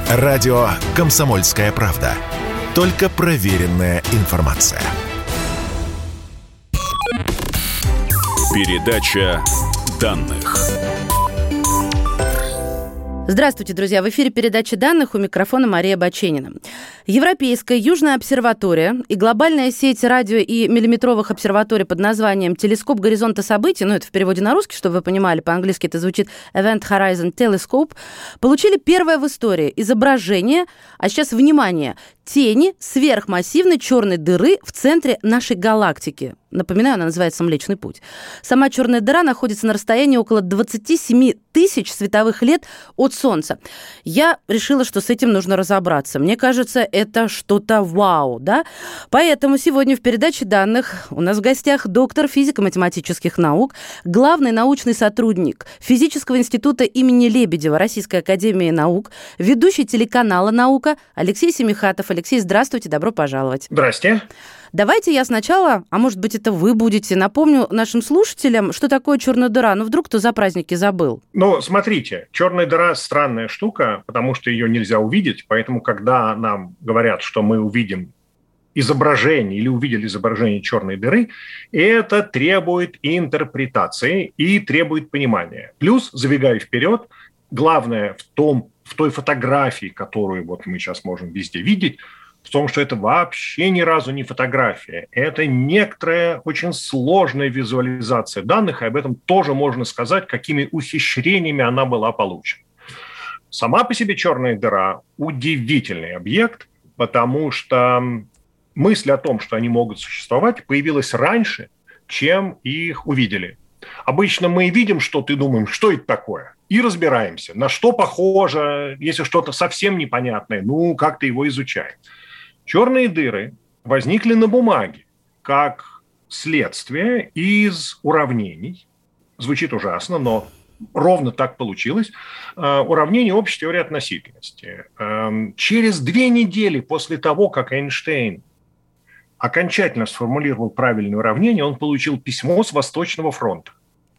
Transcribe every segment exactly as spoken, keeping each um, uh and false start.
Радио «Комсомольская правда». Только проверенная информация. Передача данных. Здравствуйте, друзья. В эфире передача данных, у микрофона Мария Баченина. Европейская Южная обсерватория и глобальная сеть радио- и миллиметровых обсерваторий под названием «Телескоп горизонта событий», ну, это в переводе на русский, чтобы вы понимали, по-английски это звучит Event Horizon Telescope, получили первое в истории изображение, а сейчас, внимание, тени сверхмассивной черной дыры в центре нашей галактики. Напоминаю, она называется Млечный Путь. Сама черная дыра находится на расстоянии около двадцать семь тысяч световых лет от Солнца. Я решила, что с этим нужно разобраться. Мне кажется, это что-то вау, да? Поэтому сегодня в передаче данных у нас в гостях доктор физико-математических наук, главный научный сотрудник Физического института имени Лебедева Российской академии наук, ведущий телеканала «Наука» Алексей Семихатов. Алексей, здравствуйте, добро пожаловать. Здрасте. Давайте я сначала, а может быть, это вы будете, напомню нашим слушателям, что такое черная дыра. Ну, вдруг кто за праздники забыл. Ну, смотрите, черная дыра – странная штука, потому что ее нельзя увидеть, поэтому, когда нам говорят, что мы увидим изображение или увидели изображение черной дыры, это требует интерпретации и требует понимания. Плюс, забегая вперед, главное в том, в той фотографии, которую вот мы сейчас можем везде видеть, в том, что это вообще ни разу не фотография. Это некоторая очень сложная визуализация данных, и об этом тоже можно сказать, какими ухищрениями она была получена. Сама по себе черная дыра – удивительный объект, потому что мысль о том, что они могут существовать, появилась раньше, чем их увидели. Обычно мы видим что-то и думаем, что это такое, и разбираемся, на что похоже, если что-то совсем непонятное, ну, как-то его изучаем. Черные дыры возникли на бумаге как следствие из уравнений. Звучит ужасно, но ровно так получилось. Уравнение общей теории относительности. Через две недели после того, как Эйнштейн окончательно сформулировал правильное уравнение, он получил письмо с Восточного фронта.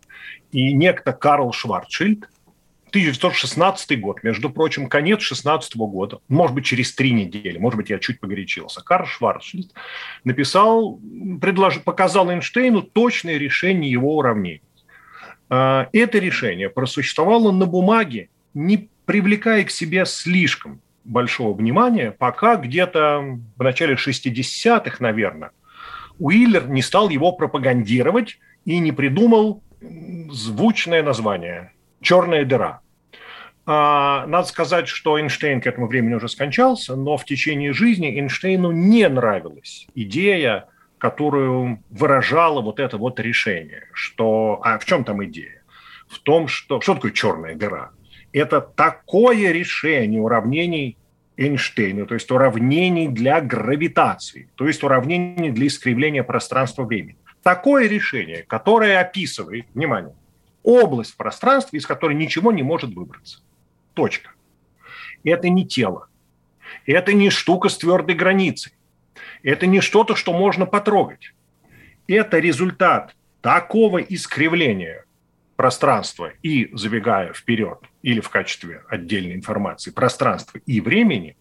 И некто Карл Шварцшильд, тысяча девятьсот шестнадцатый год, между прочим, конец шестнадцатого года, может быть, через три недели, может быть, я чуть погорячился, Карл Шварцшильд написал, предложил, показал Эйнштейну точное решение его уравнений. Это решение просуществовало на бумаге, не привлекая к себе слишком большого внимания, пока где-то в начале шестидесятых, наверное, Уиллер не стал его пропагандировать и не придумал звучное название «Черная дыра». Надо сказать, что Эйнштейн к этому времени уже скончался, но в течение жизни Эйнштейну не нравилась идея, которую выражало вот это вот решение. Что... А в чем там идея? В том, что... Что такое черная дыра? Это такое решение уравнений Эйнштейна, то есть уравнений для гравитации, то есть уравнений для искривления пространства-времени. Такое решение, которое описывает, внимание, область в пространстве, из которой ничего не может выбраться. Точка. Это не тело. Это не штука с твердой границей. Это не что-то, что можно потрогать. Это результат такого искривления пространства и, забегая вперед, или в качестве отдельной информации, пространства и времени,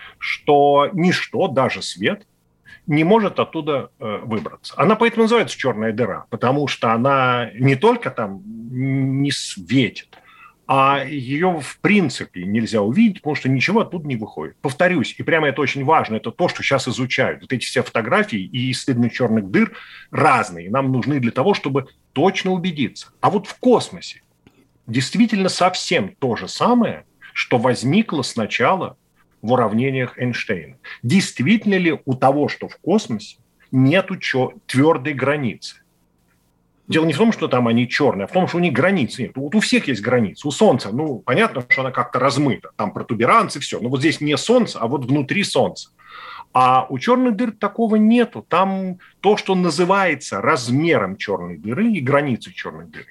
что ничто, даже свет, не может оттуда э, выбраться. Она поэтому называется черная дыра, потому что она не только там не светит, а ее в принципе нельзя увидеть, потому что ничего оттуда не выходит. Повторюсь, и прямо это очень важно, это то, что сейчас изучают. Вот эти все фотографии и исследования черных дыр разные, нам нужны для того, чтобы точно убедиться. А вот в космосе действительно совсем то же самое, что возникло сначала в уравнениях Эйнштейна. Действительно ли у того, что в космосе, нету твердой границы? Дело не в том, что там они черные, а в том, что у них границы нет. Вот у всех есть границы. У Солнца, ну, понятно, что она как-то размыта. Там протуберанцы, все. Но вот здесь не Солнце, а вот внутри Солнца. А у черных дыр такого нету. Там то, что называется размером черной дыры и границей черной дыры,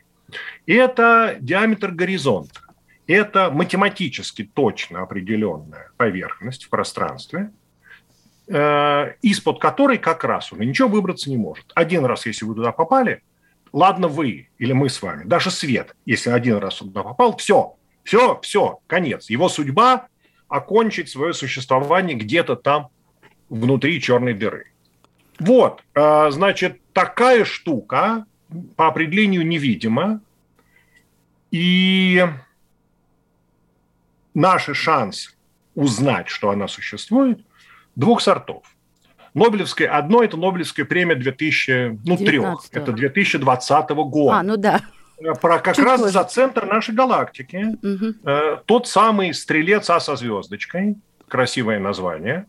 это диаметр горизонта. Это математически точно определенная поверхность в пространстве, из-под которой как раз уже ничего выбраться не может. Один раз, если вы туда попали, ладно вы или мы с вами, даже свет, если один раз туда попал, все, все, все, конец. Его судьба окончить свое существование где-то там внутри черной дыры. Вот, значит, такая штука по определению невидима, и наши шансы узнать, что она существует, двух сортов. Нобелевская, одно – это Нобелевская премия две тысячи, ну, трех, это две тысячи двадцатого года. А, ну да. Про как Чуть раз позже. За центр нашей галактики. Угу. Э, тот самый стрелец А со звездочкой, красивое название.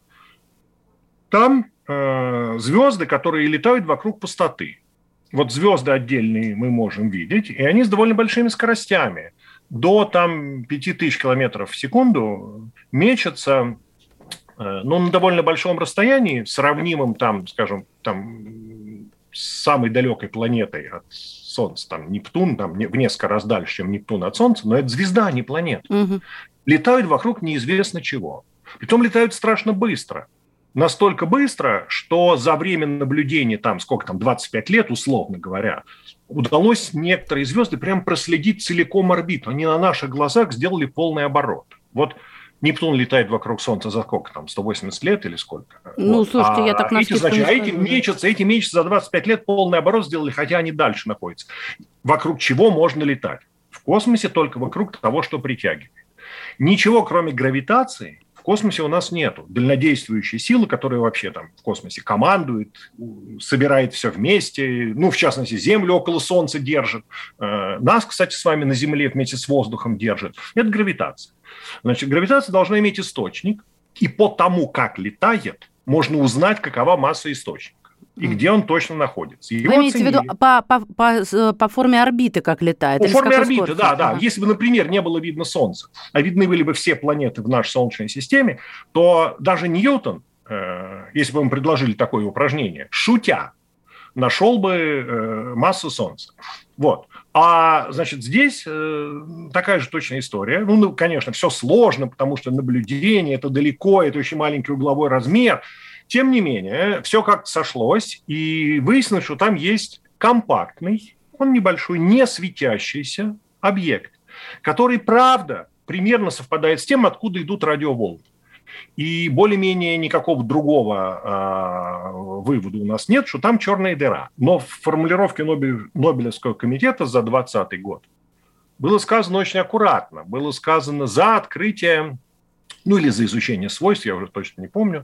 Там э, звезды, которые летают вокруг пустоты. Вот звезды отдельные мы можем видеть, и они с довольно большими скоростями. До там пяти тысяч километров в секунду мечутся, э, ну, на довольно большом расстоянии, сравнимым там, скажем, там, с самой далекой планетой от Солнца, там Нептун, там в несколько раз дальше, чем Нептун от Солнца, но это звезда, а не планета. Угу. Летают вокруг неизвестно чего. Притом летают страшно быстро. Настолько быстро, что за время наблюдения, там, сколько там, двадцать пять лет, условно говоря, удалось некоторые звезды прям проследить целиком орбиту. Они на наших глазах сделали полный оборот. Вот Нептун летает вокруг Солнца за сколько там, сто восемьдесят лет или сколько? Ну, вот. слушайте, а я так на эти, значит, а эти мечутся, эти мечутся за двадцать пять лет полный оборот сделали, хотя они дальше находятся. Вокруг чего можно летать? В космосе только вокруг того, что притягивает. Ничего, кроме гравитации, в космосе у нас нету. Дальнодействующей силы, которая вообще там в космосе командует, собирает все вместе, ну, в частности, Землю около Солнца держит. Нас, кстати, с вами на Земле вместе с воздухом держит. Это гравитация. Значит, гравитация должна иметь источник, и по тому, как летает, можно узнать, какова масса источника и где он точно находится. Его Вы имеете оценили. в виду по, по, по, по форме орбиты, как летает? По форме орбиты, скоростью? да, да. Ага. Если бы, например, не было видно Солнце, а видны были бы все планеты в нашей Солнечной системе, то даже Ньютон, э, если бы ему предложили такое упражнение, шутя, нашел бы э, массу Солнца. Вот. А, значит, здесь э, такая же точная история. Ну, ну, конечно, все сложно, потому что наблюдение – это далеко, это очень маленький угловой размер. Тем не менее, все как-то сошлось, и выяснилось, что там есть компактный, он небольшой, не светящийся объект, который, правда, примерно совпадает с тем, откуда идут радиоволны. И более-менее никакого другого э, вывода у нас нет, что там черная дыра. Но в формулировке Нобель, Нобелевского комитета за двадцатый год было сказано очень аккуратно. Было сказано за открытие, ну или за изучение свойств, я уже точно не помню,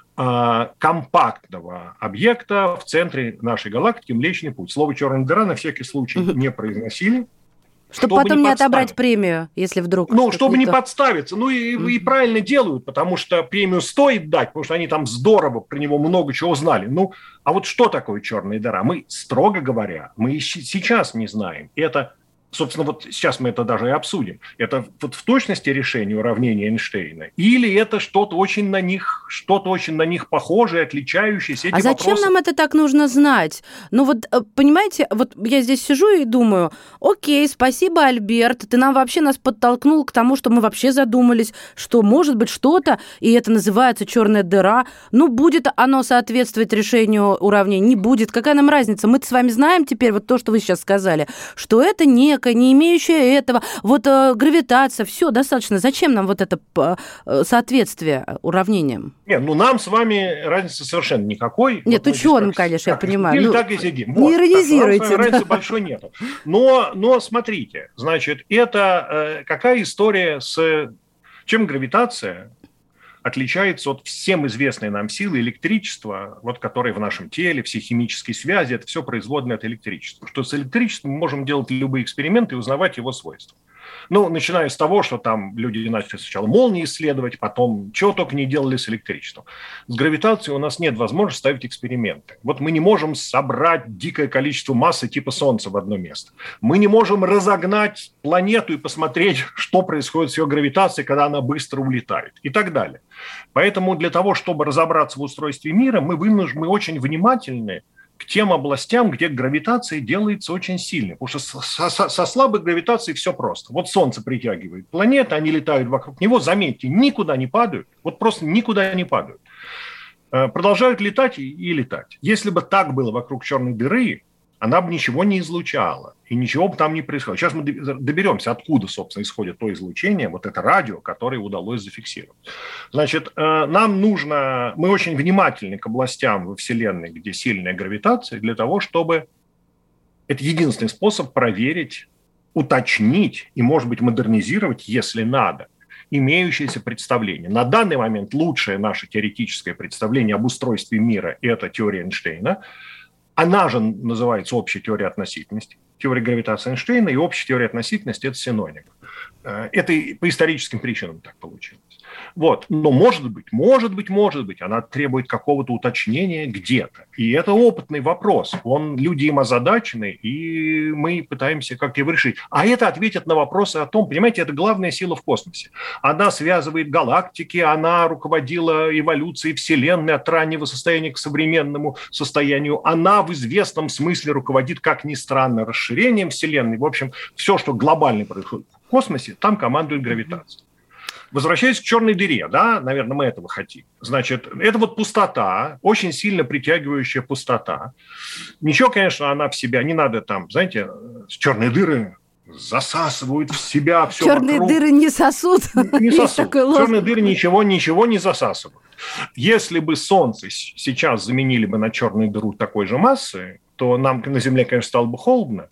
э, компактного объекта в центре нашей галактики Млечный Путь. Слово «черная дыра» на всякий случай не произносили. Чтобы, чтобы потом не, не отобрать премию, если вдруг... Ну, чтобы не, не подставиться. Ну, и, mm-hmm. и правильно делают, потому что премию стоит дать, потому что они там здорово про него много чего узнали. Ну, а вот что такое черная дыра? Мы, строго говоря, мы сейчас не знаем. Это, собственно, вот сейчас мы это даже и обсудим. Это вот в точности решение уравнения Эйнштейна? Или это что-то очень на них, что-то очень на них похожее, отличающееся? Эти а зачем вопросы... нам это так нужно знать? Ну вот, понимаете, вот я здесь сижу и думаю, окей, спасибо, Альберт, ты нам вообще нас подтолкнул к тому, что мы вообще задумались, что может быть что-то, и это называется черная дыра. Ну, будет оно соответствовать решению уравнения, не будет. Какая нам разница? Мы-то с вами знаем теперь вот то, что вы сейчас сказали, что это некое, не имеющее этого, вот э, гравитация, все, достаточно. Зачем нам вот это э, соответствие уравнениям? Нет, ну нам с вами разницы совершенно никакой. Нет, вот ученым, как, конечно, как я понимаю. Или ну, так и сидим. Не вот, иронизируйте. Так, разницы большой нету. Но, но смотрите, значит, это э, какая история с... Чем гравитация отличается от всем известной нам силы электричества, вот, которые в нашем теле, все химические связи, это все производное от электричества. Что с электричеством мы можем делать любые эксперименты и узнавать его свойства. Ну, начиная с того, что там люди начали сначала молнии исследовать, потом чего только не делали с электричеством. С гравитацией у нас нет возможности ставить эксперименты. Вот мы не можем собрать дикое количество массы типа Солнца в одно место. Мы не можем разогнать планету и посмотреть, что происходит с ее гравитацией, когда она быстро улетает и так далее. Поэтому для того, чтобы разобраться в устройстве мира, мы, вынуждены, мы очень внимательны к тем областям, где гравитация делается очень сильной. Потому что со, со, со слабой гравитацией все просто. Вот Солнце притягивает планеты, они летают вокруг него, заметьте, никуда не падают, вот просто никуда не падают. Продолжают летать и, и летать. Если бы так было вокруг черной дыры, она бы ничего не излучала. и ничего бы там не происходило. Сейчас мы доберемся, откуда, собственно, исходит то излучение, вот это радио, которое удалось зафиксировать. Значит, нам нужно, мы очень внимательны к областям во Вселенной, где сильная гравитация, для того, чтобы это единственный способ проверить, уточнить и, может быть, модернизировать, если надо, имеющиеся представления. На данный момент лучшее наше теоретическое представление об устройстве мира – это теория Эйнштейна. Она же называется общая теория относительности. Теория гравитации Эйнштейна и общая теория относительности – это синоним. Это по историческим причинам так получилось. Вот. Но может быть, может быть, может быть, она требует какого-то уточнения где-то. И это опытный вопрос. Он, люди им озадачены, и мы пытаемся как-то его решить. А это ответит на вопросы о том, понимаете, это главная сила в космосе. Она связывает галактики, она руководила эволюцией Вселенной от раннего состояния к современному состоянию. Она в известном смысле руководит, как ни странно, расширением Вселенной. В общем, все, что глобально происходит в космосе, там командует гравитация. Возвращаясь к черной дыре, да, наверное, мы этого хотим. Значит, это вот пустота, очень сильно притягивающая пустота. Ничего, конечно, она в себя, не надо там, знаете, черные дыры засасывают в себя все черные вокруг. Дыры не сосут. Не сосут. Черные дыры ничего, ничего не засасывают. Если бы Солнце сейчас заменили бы на черную дыру такой же массы, то нам на Земле, конечно, стало бы холодно.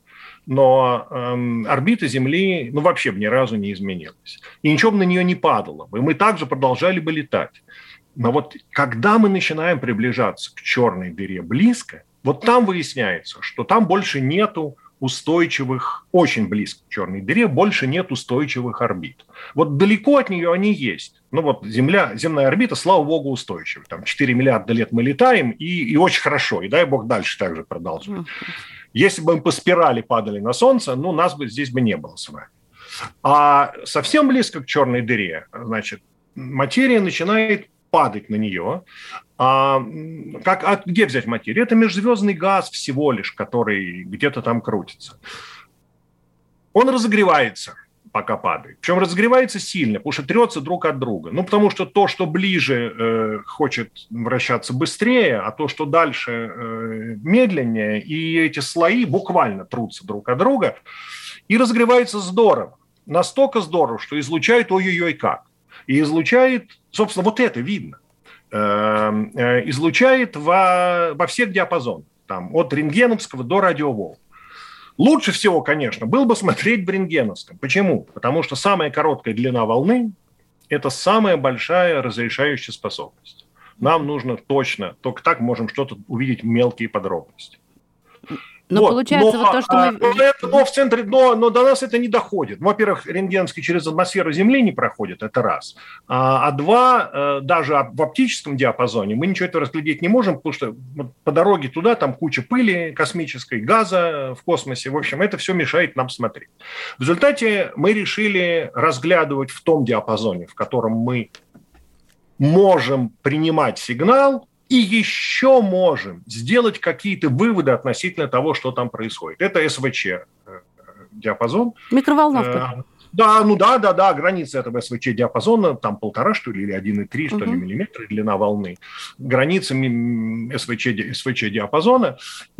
Но эм, орбита Земли, ну, вообще бы ни разу не изменилась. И ничего бы на нее не падало. И мы также продолжали бы летать. Но вот когда мы начинаем приближаться к черной дыре близко, вот там выясняется, что там больше нету устойчивых, очень близко к черной дыре, больше нет устойчивых орбит. Вот далеко от нее они есть. Ну вот Земля, земная орбита, слава богу, устойчива. Там четыре миллиарда лет мы летаем, и, и очень хорошо. И дай бог дальше так же продолжать. Если бы мы по спирали падали на Солнце, ну, нас бы здесь бы не было с вами. А совсем близко к черной дыре, значит, материя начинает падать на нее. А, как, а где взять материю? Это межзвездный газ всего лишь, который где-то там крутится. Он разогревается, пока падает. Причем разогревается сильно, потому что трется друг от друга. Ну, потому что то, что ближе, э, хочет вращаться быстрее, а то, что дальше, э, медленнее. И эти слои буквально трутся друг от друга. И разогревается здорово. Настолько здорово, что излучает ой-ой-ой как. И излучает, собственно, вот это видно. Э, э, излучает во, во всех диапазонах. Там, от рентгеновского до радиоволн. Лучше всего, конечно, было бы смотреть в рентгеновском. Почему? Потому что самая короткая длина волны – это самая большая разрешающая способность. Нам нужно точно, только так можем что-то увидеть, мелкие подробности. Но вот. Получается, но, вот то, что мы... Но, это, но, в центре, но, но до нас это не доходит. Во-первых, рентгеновский через атмосферу Земли не проходит, это раз. А, а два, даже в оптическом диапазоне мы ничего этого разглядеть не можем, потому что по дороге туда там куча пыли космической, газа в космосе. В общем, это все мешает нам смотреть. В результате мы решили разглядывать в том диапазоне, в котором мы можем принимать сигнал, и еще можем сделать какие-то выводы относительно того, что там происходит. Это эс вэ че диапазон. Микроволновка. Да, ну да, да, да, граница этого эс вэ че диапазона, там полтора, что ли, или один и три, что ли, миллиметра длина волны. Граница эс вэ че, эс вэ че диапазона.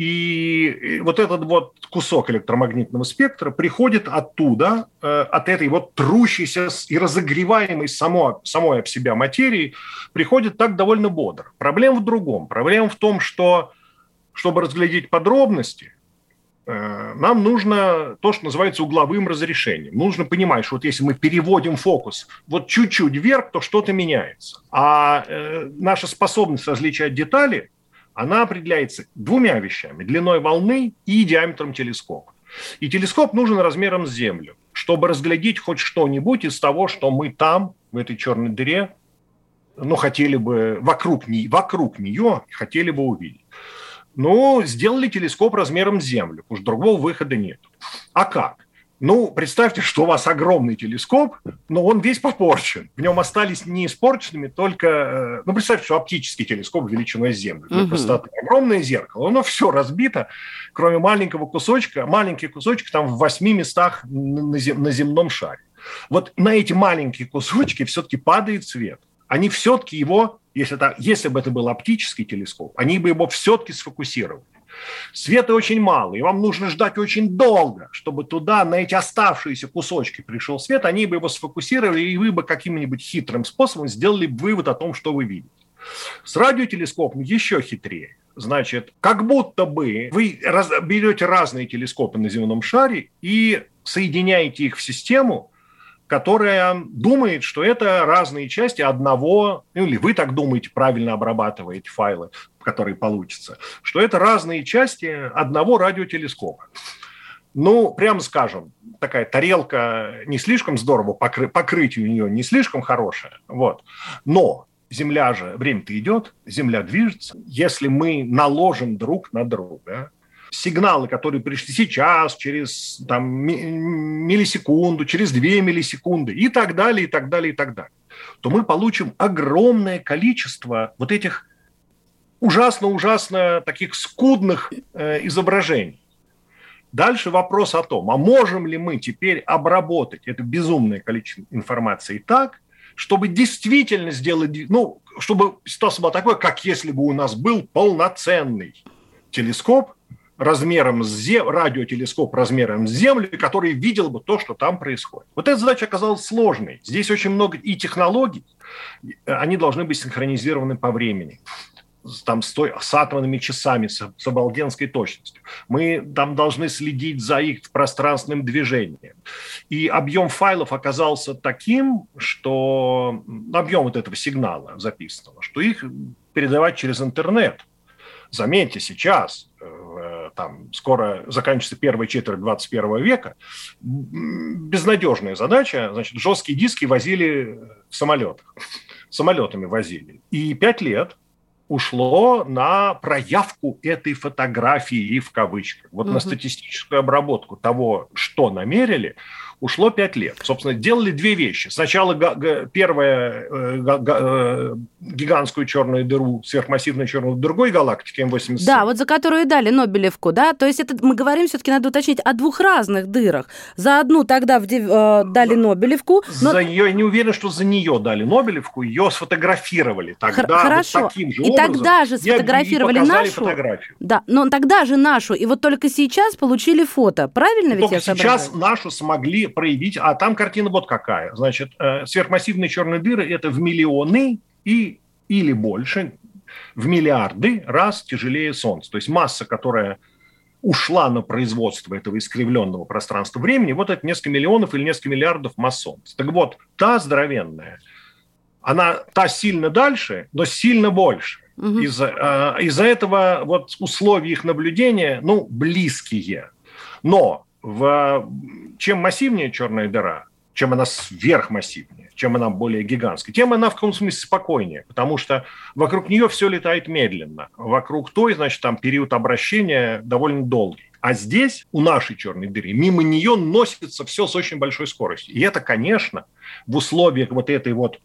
И вот этот вот кусок электромагнитного спектра приходит оттуда, от этой вот трущейся и разогреваемой само, самой об себя материи, приходит так довольно бодро. Проблема в другом. Проблема в том, что, чтобы разглядеть подробности, нам нужно то, что называется угловым разрешением. Нужно понимать, что вот если мы переводим фокус вот чуть-чуть вверх, то что-то меняется. А э, наша способность различать детали, она определяется двумя вещами. Длиной волны и диаметром телескопа. И телескоп нужен размером с Землю, чтобы разглядеть хоть что-нибудь из того, что мы там, в этой черной дыре, ну, хотели бы вокруг, не, вокруг нее хотели бы увидеть. Ну, сделали телескоп размером с Землю, потому что другого выхода нет. А как? Ну, представьте, что у вас огромный телескоп, но он весь попорчен. В нем остались не испорченными только... Ну, представьте, что оптический телескоп величиной с Землю. Для простоты. Огромное зеркало, оно все разбито, кроме маленького кусочка. Маленький кусочек там в восьми местах на земном шаре. Вот на эти маленькие кусочки все-таки падает свет. Они все-таки его... Если, это, если бы это был оптический телескоп, они бы его все-таки сфокусировали. Света очень мало, и вам нужно ждать очень долго, чтобы туда, на эти оставшиеся кусочки пришел свет, они бы его сфокусировали, и вы бы каким-нибудь хитрым способом сделали вывод о том, что вы видите. С радиотелескопом еще хитрее. Значит, как будто бы вы раз, берете разные телескопы на земном шаре и соединяете их в систему, которая думает, что это разные части одного, или вы так думаете, правильно обрабатываете файлы, которые получатся, что это разные части одного радиотелескопа. Ну, прямо скажем, такая тарелка не слишком здорово, покры... покрытие у нее не слишком хорошее, вот. Но Земля же, время-то идет, Земля движется. Если мы наложим друг на друга сигналы, которые пришли сейчас, через там, миллисекунду, через две миллисекунды и так далее, и так далее, и так далее, то мы получим огромное количество вот этих ужасно-ужасно таких скудных э, изображений. Дальше вопрос о том, а можем ли мы теперь обработать это безумное количество информации так, чтобы действительно сделать, ну, чтобы ситуация была такой, как если бы у нас был полноценный телескоп размером с Землю, радиотелескоп размером с Землю, который видел бы то, что там происходит. Вот эта задача оказалась сложной. Здесь очень много и технологий, они должны быть синхронизированы по времени. Там с, той, с атомными часами, с, с обалденской точностью. Мы там должны следить за их пространственным движением. И объем файлов оказался таким, что объем вот этого сигнала записанного, что их передавать через интернет. Заметьте, сейчас, там, скоро заканчивается первая четверть двадцать первого века, безнадежная задача. Значит, жесткие диски возили в самолетах. Самолетами возили. И пять лет ушло на проявку этой фотографии в кавычках. Вот угу. на статистическую обработку того, что намерили, ушло пять лет. Собственно, делали две вещи. Сначала га- га- первая э, га- га- гигантскую черную дыру, сверхмассивную черную дыру другой галактики эм восемьдесят семь. Да, вот за которую дали Нобелевку, да? То есть это мы говорим, все-таки надо уточнить, о двух разных дырах. За одну тогда в, э, дали за, Нобелевку. Но... За ее, я не уверен, что за нее дали Нобелевку, ее сфотографировали тогда. Хорошо. Вот таким же и образом, тогда же сфотографировали нашу. Фотографию. Да, но тогда же нашу. И вот только сейчас получили фото. Правильно ведь только я соображаю? Сейчас нашу смогли проявить, а там картина вот какая. Значит, сверхмассивные черные дыры – это в миллионы и, или больше, в миллиарды раз тяжелее Солнца. То есть масса, которая ушла на производство этого искривленного пространства времени, вот это несколько миллионов или несколько миллиардов масс Солнца. Так вот, та здоровенная, она та сильно дальше, но сильно больше. Угу. Из-за, э, из-за этого вот условия их наблюдения, ну, близкие. Но в, чем массивнее черная дыра, чем она сверхмассивнее, чем она более гигантская, тем она в каком смысле спокойнее, потому что вокруг нее все летает медленно. Вокруг той, значит, там период обращения довольно долгий. А здесь, у нашей черной дыры, мимо нее носится все с очень большой скоростью. И это, конечно, в условиях вот этой вот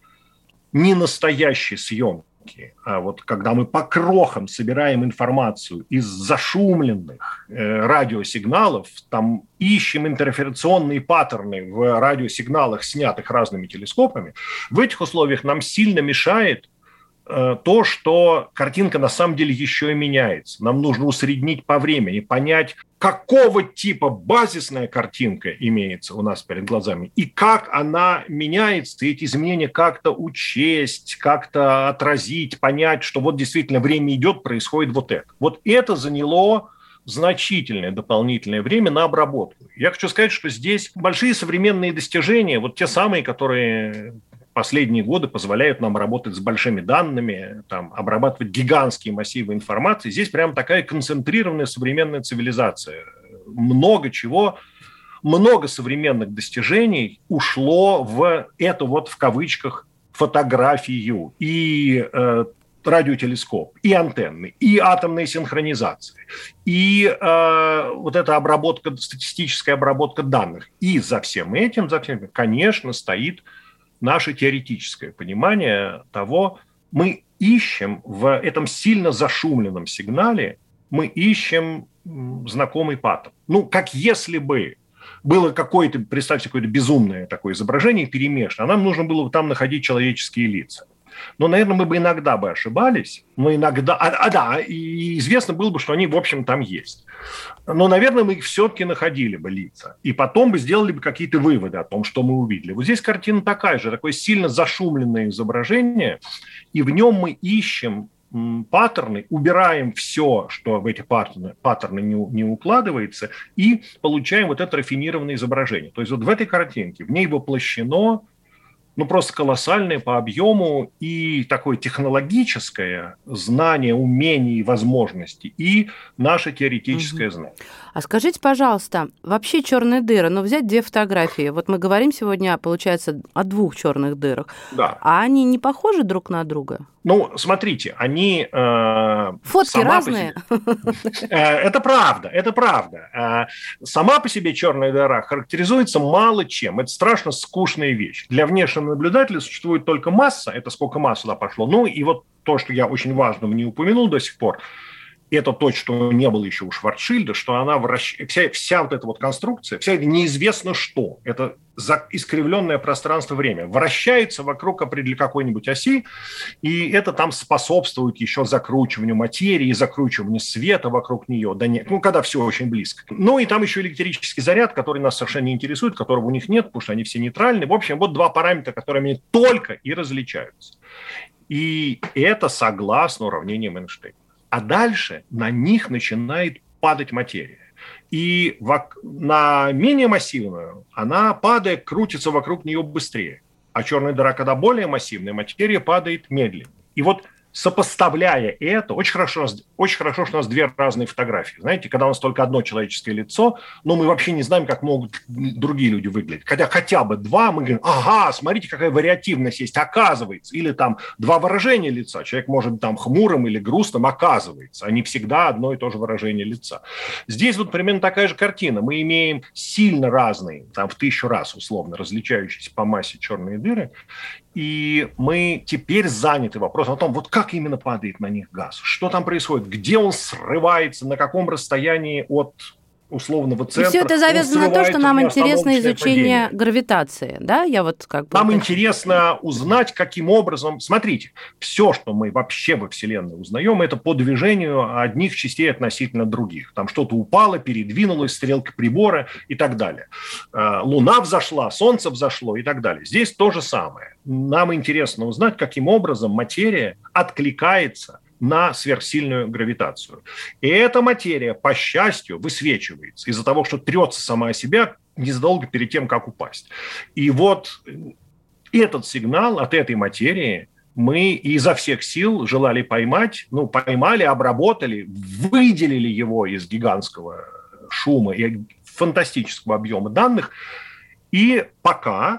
ненастоящей съемки, а вот когда мы по крохам собираем информацию из зашумленных э, радиосигналов, там ищем интерферационные паттерны в радиосигналах, снятых разными телескопами, в этих условиях нам сильно мешает э, то, что картинка на самом деле еще и меняется. Нам нужно усреднить по времени, понять, какого типа базисная картинка имеется у нас перед глазами, и как она меняется, и эти изменения как-то учесть, как-то отразить, понять, что вот действительно время идет, происходит вот это. Вот это заняло значительное дополнительное время на обработку. Я хочу сказать, что здесь большие современные достижения, вот те самые, которые последние годы позволяют нам работать с большими данными, там, обрабатывать гигантские массивы информации. Здесь прям такая концентрированная современная цивилизация. Много чего, много современных достижений ушло в эту вот в кавычках фотографию и э, радиотелескоп, и антенны, и атомная синхронизация, и э, вот эта обработка, статистическая обработка данных. И за всем этим, за всем этим, конечно, стоит наше теоретическое понимание того, мы ищем в этом сильно зашумленном сигнале, мы ищем знакомый паттерн. Ну, как если бы было какое-то, представьте, какое-то безумное такое изображение перемешано, а нам нужно было бы там находить человеческие лица. Но, наверное, мы бы иногда бы ошибались, но иногда... А, а да, и известно было бы, что они, в общем, там есть. Но, наверное, мы их все-таки находили бы лица. И потом бы сделали бы какие-то выводы о том, что мы увидели. Вот здесь картина такая же, такое сильно зашумленное изображение, и в нем мы ищем паттерны, убираем все, что в эти паттерны, паттерны не, не укладывается, и получаем вот это рафинированное изображение. То есть вот в этой картинке, в ней воплощено ну, просто колоссальное по объему и такое технологическое знание, умение и возможности, и наше теоретическое угу. знание. А скажите, пожалуйста, вообще черные дыры, ну, взять две фотографии. Вот мы говорим сегодня, получается, о двух черных дырах. Да. А они не похожи друг на друга? Ну, смотрите, они... Э, Фотки разные. Себе, э, это правда, это правда. Э, сама по себе черная дыра характеризуется мало чем. Это страшно скучная вещь. Для внешнего наблюдателя существует только масса, это сколько масс сюда пошло. Ну, и вот то, что я очень важного не упомянул до сих пор, это то, что не было еще у Шварцшильда, что она вращ... вся, вся вот эта вот конструкция, вся это неизвестно что, это искривленное пространство-время, вращается вокруг определенной какой-нибудь оси, и это там способствует еще закручиванию материи, закручиванию света вокруг нее, да не... ну, когда все очень близко. Ну, и там еще электрический заряд, который нас совершенно не интересует, которого у них нет, потому что они все нейтральны. В общем, вот два параметра, которыми только и различаются. И это согласно уравнениям Эйнштейна. А дальше на них начинает падать материя. И на менее массивную она, падая, крутится вокруг нее быстрее. А черная дыра, когда более массивная, материя падает медленнее. И вот сопоставляя это, очень хорошо, очень хорошо, что у нас две разные фотографии. Знаете, когда у нас только одно человеческое лицо, но мы вообще не знаем, как могут другие люди выглядеть. Хотя хотя бы два, мы говорим, ага, смотрите, какая вариативность есть, оказывается. Или там два выражения лица. Человек может быть там хмурым или грустным, оказывается. А не всегда одно и то же выражение лица. Здесь вот примерно такая же картина. Мы имеем сильно разные, там в тысячу раз условно, различающиеся по массе черные дыры. И мы теперь заняты вопросом о том, вот как именно падает на них газ, что там происходит, где он срывается, на каком расстоянии от условного центра. И все это завязано на то, что нам интересно изучение падение. Гравитации, да? Я вот как бы нам это... интересно узнать, каким образом... Смотрите, все, что мы вообще во Вселенной узнаем, это по движению одних частей относительно других. Там что-то упало, передвинулось, стрелка прибора и так далее. Луна взошла, Солнце взошло и так далее. Здесь то же самое. Нам интересно узнать, каким образом материя откликается на сверхсильную гравитацию. И эта материя, по счастью, высвечивается из-за того, что трется сама о себя незадолго перед тем, как упасть. И вот этот сигнал от этой материи мы изо всех сил желали поймать, ну, поймали, обработали, выделили его из гигантского шума и фантастического объема данных. И пока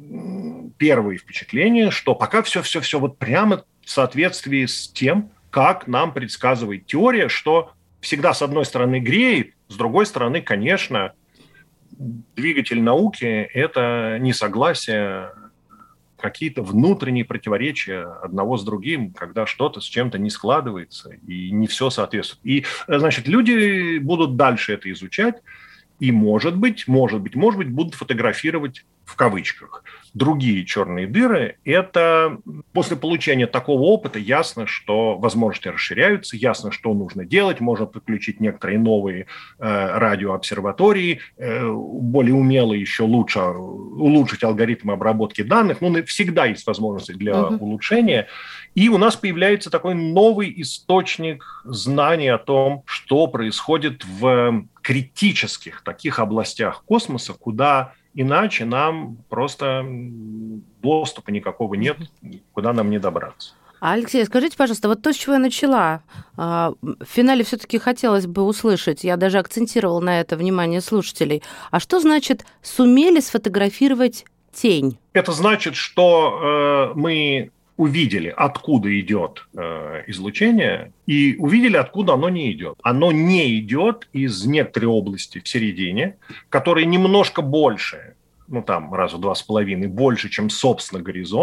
первые впечатления, что пока все-все-все вот прямо в соответствии с тем, как нам предсказывает теория, что всегда с одной стороны греет, с другой стороны, конечно, двигатель науки – это несогласие, какие-то внутренние противоречия одного с другим, когда что-то с чем-то не складывается и не все соответствует. И, значит, люди будут дальше это изучать, и, может быть, может быть, может быть, будут фотографировать в кавычках другие черные дыры. Это после получения такого опыта ясно, что возможности расширяются, ясно, что нужно делать. Можно подключить некоторые новые э, радиообсерватории, э, более умелые, еще лучше улучшить алгоритмы обработки данных. Ну, всегда есть возможности для uh-huh. улучшения. И у нас появляется такой новый источник знаний о том, что происходит в критических таких областях космоса, куда иначе нам просто доступа никакого нет, куда нам не добраться. Алексей, скажите, пожалуйста, вот то, с чего я начала, в финале все-таки хотелось бы услышать, я даже акцентировала на это внимание слушателей, а что значит «сумели сфотографировать тень»? Это значит, что э, мы увидели, откуда идет э, излучение, и увидели, откуда оно не идет. Оно не идет из некоторой области в середине, которая немножко больше, ну там раза в два с половиной, больше, чем, собственно, горизонт,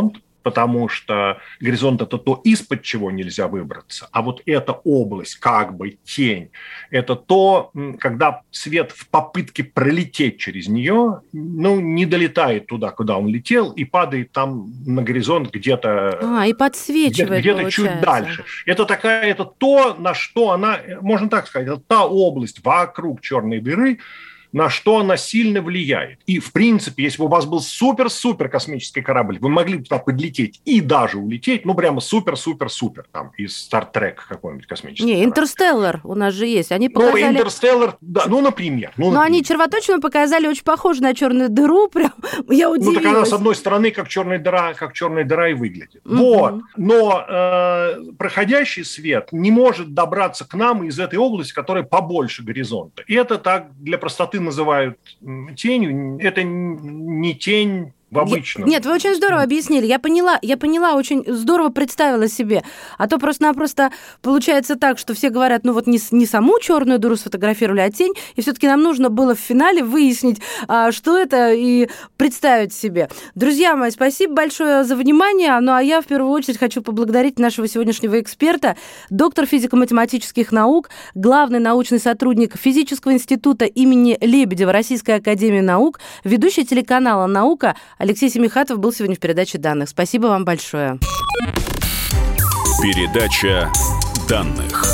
потому что горизонт – это то, из-под чего нельзя выбраться. А вот эта область, как бы тень, это то, когда свет в попытке пролететь через нее, ну, не долетает туда, куда он летел, и падает там на горизонт где-то… А, и подсвечивает, где-то, где-то чуть дальше. Это такая, это то, на что она, можно так сказать, это та область вокруг черной дыры, на что она сильно влияет. И, в принципе, если бы у вас был супер-супер космический корабль, вы могли бы туда подлететь и даже улететь, ну, прямо супер-супер-супер, там, из Star Trek какой-нибудь космический Не, корабль. Интерстеллар у нас же есть. Они показали… Ну, Интерстеллар, да, ну, например. Ну, Но например. они червоточину показали очень похоже на черную дыру, прям, я удивилась. Ну, так она, с одной стороны, как черная дыра, как черная дыра и выглядит. Угу. Вот. Но э, проходящий свет не может добраться к нам из этой области, которая побольше горизонта. И это так для простоты называют тенью. Это не тень в обычном. Нет, вы очень здорово объяснили. Я поняла, я поняла, очень здорово представила себе. А то просто-напросто получается так, что все говорят, ну вот не, не саму черную дыру сфотографировали, а тень. И все-таки нам нужно было в финале выяснить, что это, и представить себе. Друзья мои, спасибо большое за внимание. Ну а я в первую очередь хочу поблагодарить нашего сегодняшнего эксперта, доктор физико-математических наук, главный научный сотрудник Физического института имени Лебедева Российской академии наук, ведущий телеканала «Наука» Алексей Семихатов был сегодня в передаче данных. Спасибо вам большое. Передача данных.